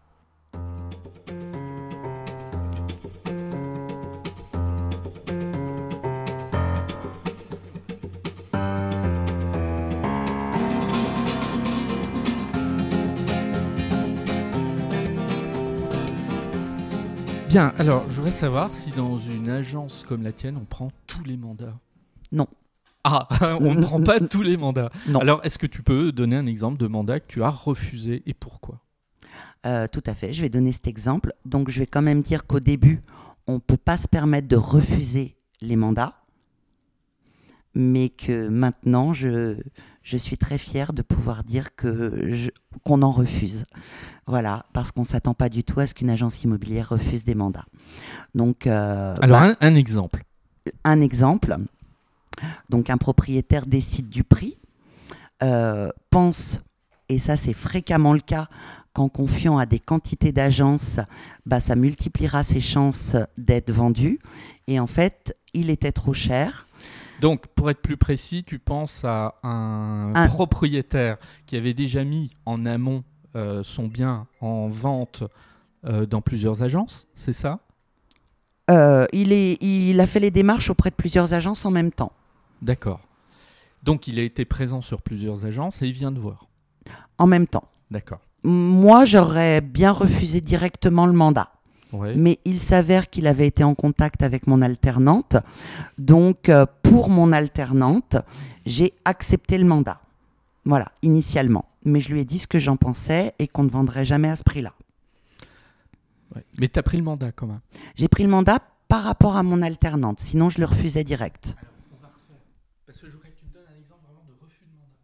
Bien, alors je voudrais savoir si dans une agence comme la tienne, on prend tous les mandats. Non. Ah, on ne prend pas tous les mandats. Non. Alors, est-ce que tu peux donner un exemple de mandat que tu as refusé et pourquoi ? Euh, tout à fait, je vais donner cet exemple. Donc, je vais quand même dire qu'au début, on ne peut pas se permettre de refuser les mandats, mais que maintenant, je, je suis très fière de pouvoir dire que je, qu'on en refuse. Voilà, parce qu'on ne s'attend pas du tout à ce qu'une agence immobilière refuse des mandats. Donc, euh, Alors, bah, un, un exemple. Un exemple. Donc, un propriétaire décide du prix, euh, pense, et ça c'est fréquemment le cas, qu'en confiant à des quantités d'agences, bah, ça multipliera ses chances d'être vendu. Et en fait, il était trop cher. Donc, pour être plus précis, tu penses à un, un... propriétaire qui avait déjà mis en amont euh, son bien en vente euh, dans plusieurs agences, c'est ça ? euh, il, est, il a fait les démarches auprès de plusieurs agences en même temps. D'accord. Donc, il a été présent sur plusieurs agences et il vient de voir. En même temps. D'accord. Moi, j'aurais bien refusé directement le mandat. Ouais. Mais il s'avère qu'il avait été en contact avec mon alternante. Donc, euh, pour mon alternante, j'ai accepté le mandat. Voilà, initialement. Mais je lui ai dit ce que j'en pensais et qu'on ne vendrait jamais à ce prix-là. Ouais. Mais tu as pris le mandat quand même ? J'ai pris le mandat par rapport à mon alternante. Sinon, je le refusais direct. Alors, on va refaire. Parce que je voudrais que tu me donnes un exemple vraiment de refus de mandat.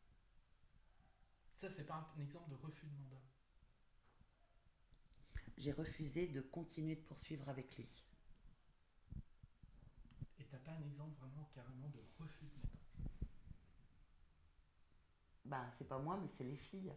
Ça, c'est pas un exemple de refus de mandat. J'ai refusé de continuer de poursuivre avec lui. Et t'as pas un exemple vraiment carrément de refus de mandat ? Bah, c'est pas moi, mais c'est les filles.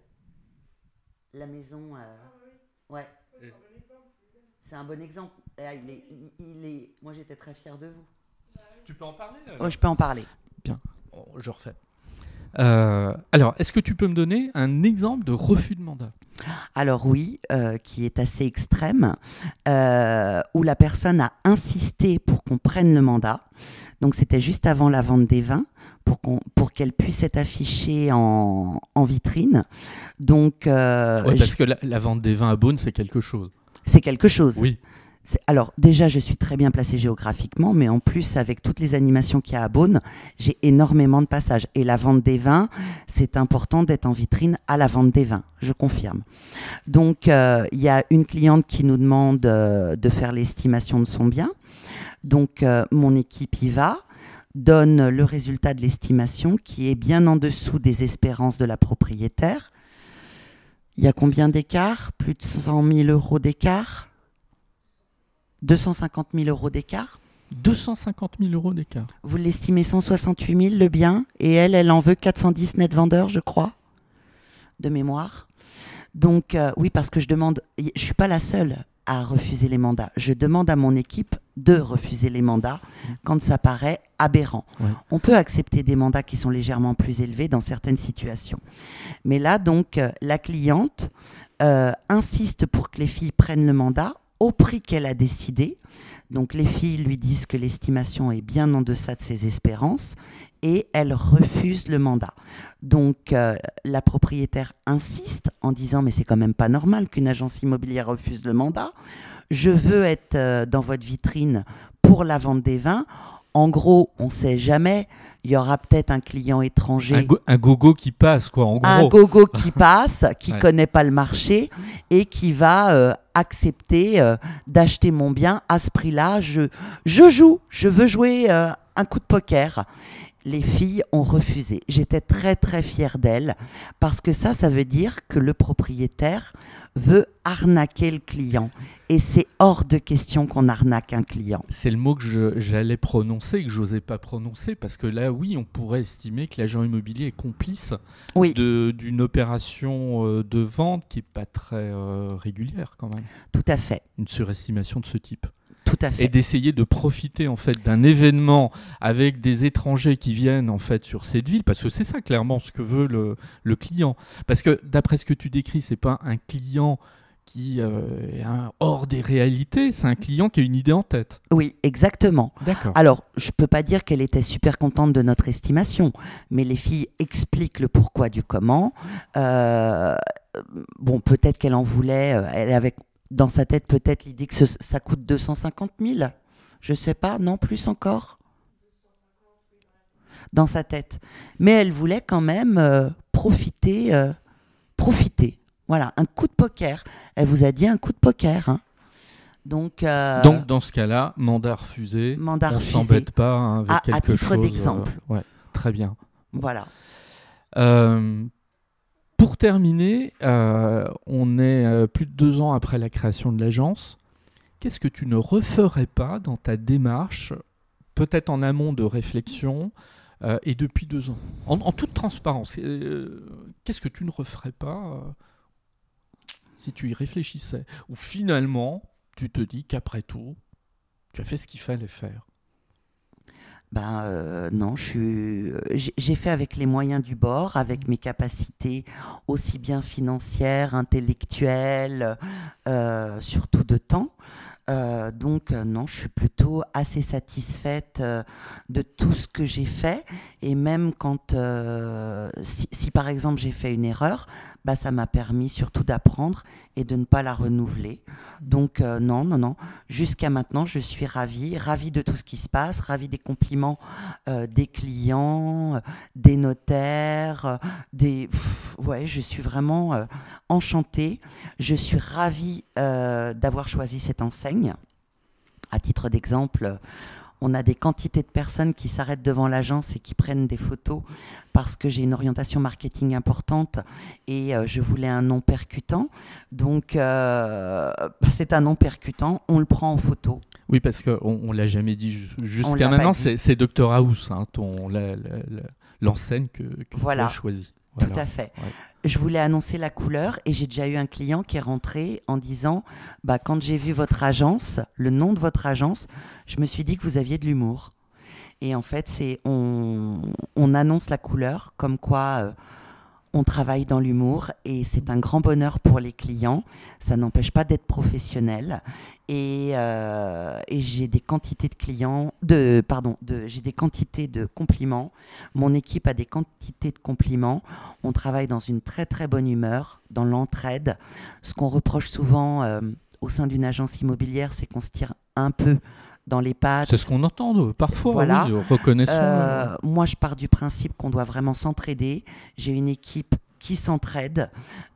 La maison... Euh... Ah oui. Ouais. Et... C'est un bon exemple. C'est un bon exemple. Et, il est, il, il est... Moi, j'étais très fière de vous. Tu peux en parler ? Oh, je peux en parler. Bien, oh, je refais. Euh, alors, est-ce que tu peux me donner un exemple de refus de mandat ? Alors oui, euh, qui est assez extrême, euh, où la personne a insisté pour qu'on prenne le mandat. Donc c'était juste avant la vente des vins, pour, qu'on, pour qu'elle puisse être affichée en, en vitrine. Donc, euh, ouais, parce j... que la, la vente des vins à Beaune, c'est quelque chose. C'est quelque chose. Oui. C'est, alors déjà, je suis très bien placée géographiquement, mais en plus, avec toutes les animations qu'il y a à Beaune, j'ai énormément de passages. Et la vente des vins, c'est important d'être en vitrine à la vente des vins, je confirme. Donc, il euh, y a une cliente qui nous demande euh, de faire l'estimation de son bien. Donc, euh, mon équipe y va, donne le résultat de l'estimation qui est bien en dessous des espérances de la propriétaire. Il y a combien d'écart ? Plus de cent mille euros d'écart ? deux cent cinquante mille euros d'écart. deux cent cinquante mille euros d'écart. Vous l'estimez cent soixante-huit mille le bien, et elle, elle en veut quatre cent dix net vendeurs, je crois, de mémoire. Donc, euh, oui, parce que je demande, je ne suis pas la seule à refuser les mandats. Je demande à mon équipe de refuser les mandats quand ça paraît aberrant. Ouais. On peut accepter des mandats qui sont légèrement plus élevés dans certaines situations. Mais là, donc, euh, la cliente euh, insiste pour que les filles prennent le mandat au prix qu'elle a décidé. Donc les filles lui disent que l'estimation est bien en deçà de ses espérances et elle refuse le mandat. Donc euh, la propriétaire insiste en disant « mais c'est quand même pas normal qu'une agence immobilière refuse le mandat. Je veux être euh, dans votre vitrine pour la vente des vins. » En gros, on ne sait jamais, il y aura peut-être un client étranger. Un, go- un gogo qui passe, quoi, en gros. Un gogo qui passe, qui ne ouais. connaît pas le marché et qui va euh, accepter euh, d'acheter mon bien à ce prix-là. Je, je joue, je veux jouer euh, un coup de poker. Les filles ont refusé. J'étais très très fière d'elles parce que ça, ça veut dire que le propriétaire veut arnaquer le client. Et c'est hors de question qu'on arnaque un client. C'est le mot que je, j'allais prononcer, que je n'osais pas prononcer, parce que là, oui, on pourrait estimer que l'agent immobilier est complice oui. de, d'une opération de vente qui n'est pas très euh, régulière quand même. Tout à fait. Une surestimation de ce type. Tout à fait. Et d'essayer de profiter en fait d'un événement avec des étrangers qui viennent en fait sur cette ville, parce que c'est ça clairement ce que veut le, le client. Parce que d'après ce que tu décris, c'est pas un client qui euh, est un hors des réalités, c'est un client qui a une idée en tête. Oui, exactement. D'accord. Alors, je peux pas dire qu'elle était super contente de notre estimation, mais les filles expliquent le pourquoi du comment. Euh, bon, peut-être qu'elle en voulait, euh, elle avait dans sa tête peut-être l'idée que ce, ça coûte deux cent cinquante mille. Je sais pas, non, plus encore. Dans sa tête. Mais elle voulait quand même euh, profiter, euh, profiter. Voilà, un coup de poker. Elle vous a dit un coup de poker. Hein. Donc, euh, Donc, dans ce cas-là, mandat refusé. Mandat on refusé. ne s'embête pas hein, avec à, quelque à titre chose. d'exemple. Euh, ouais, très bien. Voilà. Euh, Pour terminer, euh, on est euh, plus de deux ans après la création de l'agence. Qu'est-ce que tu ne referais pas dans ta démarche, peut-être en amont de réflexion, euh, et depuis deux ans, en, en toute transparence, euh, qu'est-ce que tu ne referais pas euh, si tu y réfléchissais? Ou finalement, tu te dis qu'après tout, tu as fait ce qu'il fallait faire? Ben euh, non, je suis, j'ai, j'ai fait avec les moyens du bord, avec mes capacités aussi bien financières, intellectuelles, euh, surtout de temps. Euh, donc euh, non, je suis plutôt assez satisfaite euh, de tout ce que j'ai fait. Et même quand, euh, si, si par exemple j'ai fait une erreur, bah, ça m'a permis surtout d'apprendre et de ne pas la renouveler. Donc euh, non, non, non. Jusqu'à maintenant, je suis ravie, ravie de tout ce qui se passe, ravie des compliments euh, des clients, euh, des notaires, euh, des... Pff, ouais, je suis vraiment euh, enchantée. Je suis ravie euh, d'avoir choisi cette enseigne. À titre d'exemple, on a des quantités de personnes qui s'arrêtent devant l'agence et qui prennent des photos parce que j'ai une orientation marketing importante et euh, je voulais un nom percutant. Donc, euh, bah, c'est un nom percutant, on le prend en photo. Oui, parce qu'on ne l'a jamais dit jusqu'à maintenant, c'est, c'est docteur House, hein, ton, la, la, la, l'enseigne que, que voilà. tu as choisie. Voilà. Tout à fait. Ouais. Je voulais annoncer la couleur et j'ai déjà eu un client qui est rentré en disant bah, quand j'ai vu votre agence, le nom de votre agence, je me suis dit que vous aviez de l'humour. Et en fait, c'est on, on annonce la couleur comme quoi euh, on travaille dans l'humour et c'est un grand bonheur pour les clients. Ça n'empêche pas d'être professionnel. Et, euh, et j'ai des quantités de clients, de, pardon, de, j'ai des quantités de compliments. Mon équipe a des quantités de compliments. On travaille dans une très très bonne humeur, dans l'entraide. Ce qu'on reproche souvent euh, au sein d'une agence immobilière, c'est qu'on se tire un peu dans les pattes. C'est ce qu'on entend parfois, voilà. Oui, reconnaissons. Euh, moi, je pars du principe qu'on doit vraiment s'entraider. J'ai une équipe qui s'entraide.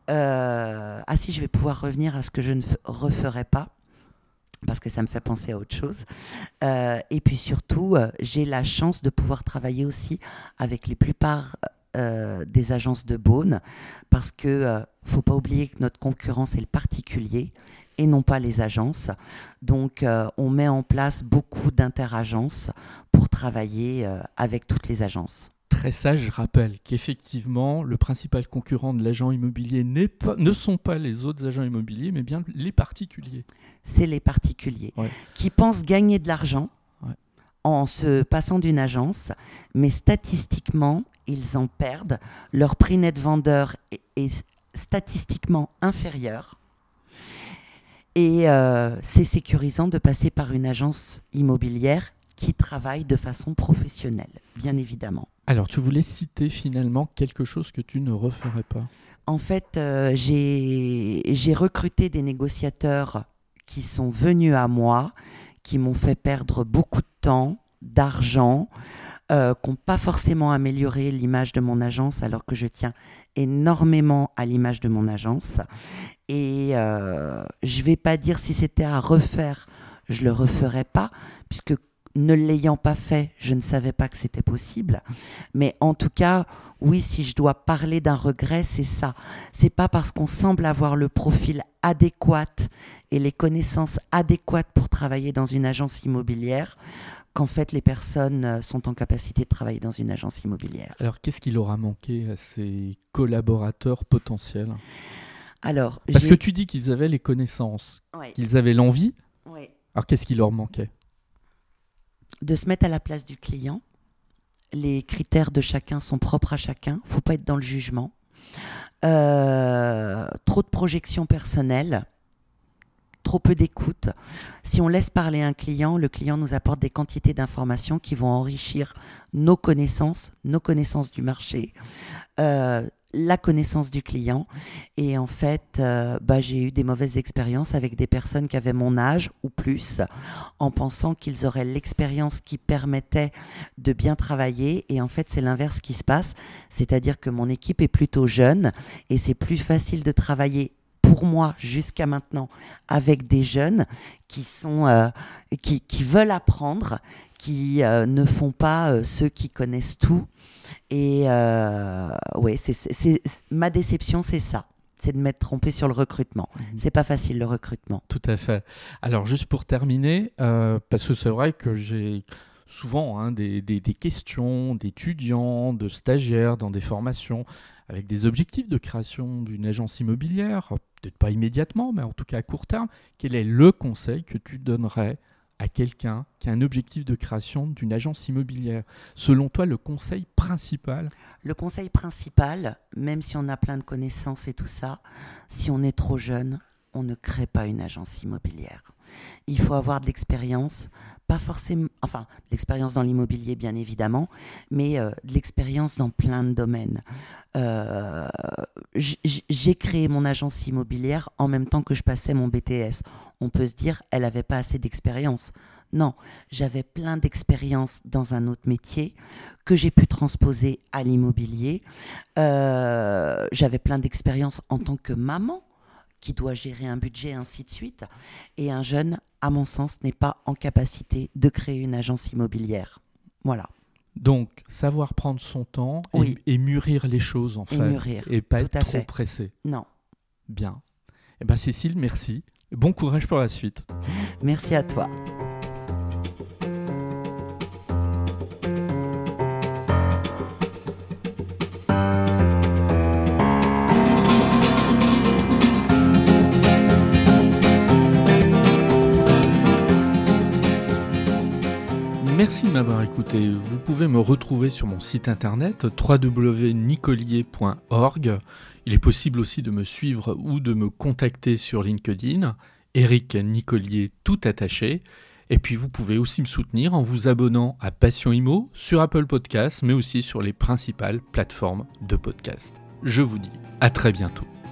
Euh, ah si, je vais pouvoir revenir à ce que je ne f- referai pas, parce que ça me fait penser à autre chose. Euh, et puis surtout, euh, j'ai la chance de pouvoir travailler aussi avec les plupart euh, des agences de Beaune, parce qu'il ne euh, faut pas oublier que notre concurrence, c'est le particulier, et non pas les agences. Donc, euh, on met en place beaucoup interagences pour travailler euh, avec toutes les agences. Très sage, je rappelle qu'effectivement, le principal concurrent de l'agent immobilier n'est pas, ne sont pas les autres agents immobiliers, mais bien les particuliers. C'est les particuliers ouais. qui pensent gagner de l'argent ouais. en se passant d'une agence, mais statistiquement, ils en perdent. Leur prix net vendeur est, est statistiquement inférieur. Et euh, c'est sécurisant de passer par une agence immobilière qui travaille de façon professionnelle, bien évidemment. Alors, tu voulais citer finalement quelque chose que tu ne referais pas? En fait, euh, j'ai, j'ai recruté des négociateurs qui sont venus à moi, qui m'ont fait perdre beaucoup de temps, d'argent, euh, qui n'ont pas forcément amélioré l'image de mon agence, alors que je tiens énormément à l'image de mon agence. Et euh, je ne vais pas dire si c'était à refaire, je ne le referais pas, puisque ne l'ayant pas fait, je ne savais pas que c'était possible. Mais en tout cas, oui, si je dois parler d'un regret, c'est ça. C'est pas parce qu'on semble avoir le profil adéquat et les connaissances adéquates pour travailler dans une agence immobilière qu'en fait les personnes sont en capacité de travailler dans une agence immobilière. Alors, qu'est-ce qui leur a manqué à ces collaborateurs potentiels ? Alors, Parce j'ai... que tu dis qu'ils avaient les connaissances, ouais. qu'ils avaient l'envie. Ouais. Alors, qu'est-ce qui leur manquait ? De se mettre à la place du client. Les critères de chacun sont propres à chacun. Il ne faut pas être dans le jugement. Euh, trop de projections personnelles. Trop peu d'écoute. Si on laisse parler un client, le client nous apporte des quantités d'informations qui vont enrichir nos connaissances, nos connaissances du marché, euh, la connaissance du client. Et en fait, euh, bah, j'ai eu des mauvaises expériences avec des personnes qui avaient mon âge ou plus, en pensant qu'ils auraient l'expérience qui permettait de bien travailler. Et en fait, c'est l'inverse qui se passe. C'est-à-dire que mon équipe est plutôt jeune et c'est plus facile de travailler pour moi, jusqu'à maintenant, avec des jeunes qui, sont, euh, qui, qui veulent apprendre, qui euh, ne font pas euh, ceux qui connaissent tout. Et euh, ouais, c'est, c'est, c'est, ma déception, c'est ça. C'est de m'être trompé sur le recrutement. Mmh. C'est pas facile, le recrutement. Tout à fait. Alors, juste pour terminer, euh, parce que c'est vrai que j'ai souvent hein, des, des, des questions d'étudiants, de stagiaires dans des formations avec des objectifs de création d'une agence immobilière, peut-être pas immédiatement, mais en tout cas à court terme. Quel est le conseil que tu donnerais à quelqu'un qui a un objectif de création d'une agence immobilière ? Selon toi, le conseil principal ? Le conseil principal, même si on a plein de connaissances et tout ça, si on est trop jeune, on ne crée pas une agence immobilière. Il faut avoir de l'expérience, pas forcément, enfin, de l'expérience dans l'immobilier bien évidemment, mais euh, de l'expérience dans plein de domaines. Euh, j'ai créé mon agence immobilière en même temps que je passais mon B T S. On peut se dire, elle n'avait pas assez d'expérience. Non, j'avais plein d'expérience dans un autre métier que j'ai pu transposer à l'immobilier. Euh, j'avais plein d'expérience en tant que maman qui doit gérer un budget, ainsi de suite. Et un jeune, à mon sens, n'est pas en capacité de créer une agence immobilière. Voilà. Donc, savoir prendre son temps et, oui. et mûrir les choses, en et fait. Mûrir, et pas tout être trop fait. pressé. Non. Bien. Eh bien, Cécile, merci. Bon courage pour la suite. Merci à toi. Merci de m'avoir écouté. Vous pouvez me retrouver sur mon site internet w w w point nicolier point org. Il est possible aussi de me suivre ou de me contacter sur LinkedIn, Éric Nicolier tout attaché. Et puis vous pouvez aussi me soutenir en vous abonnant à Passion Immo sur Apple Podcasts, mais aussi sur les principales plateformes de podcast. Je vous dis à très bientôt.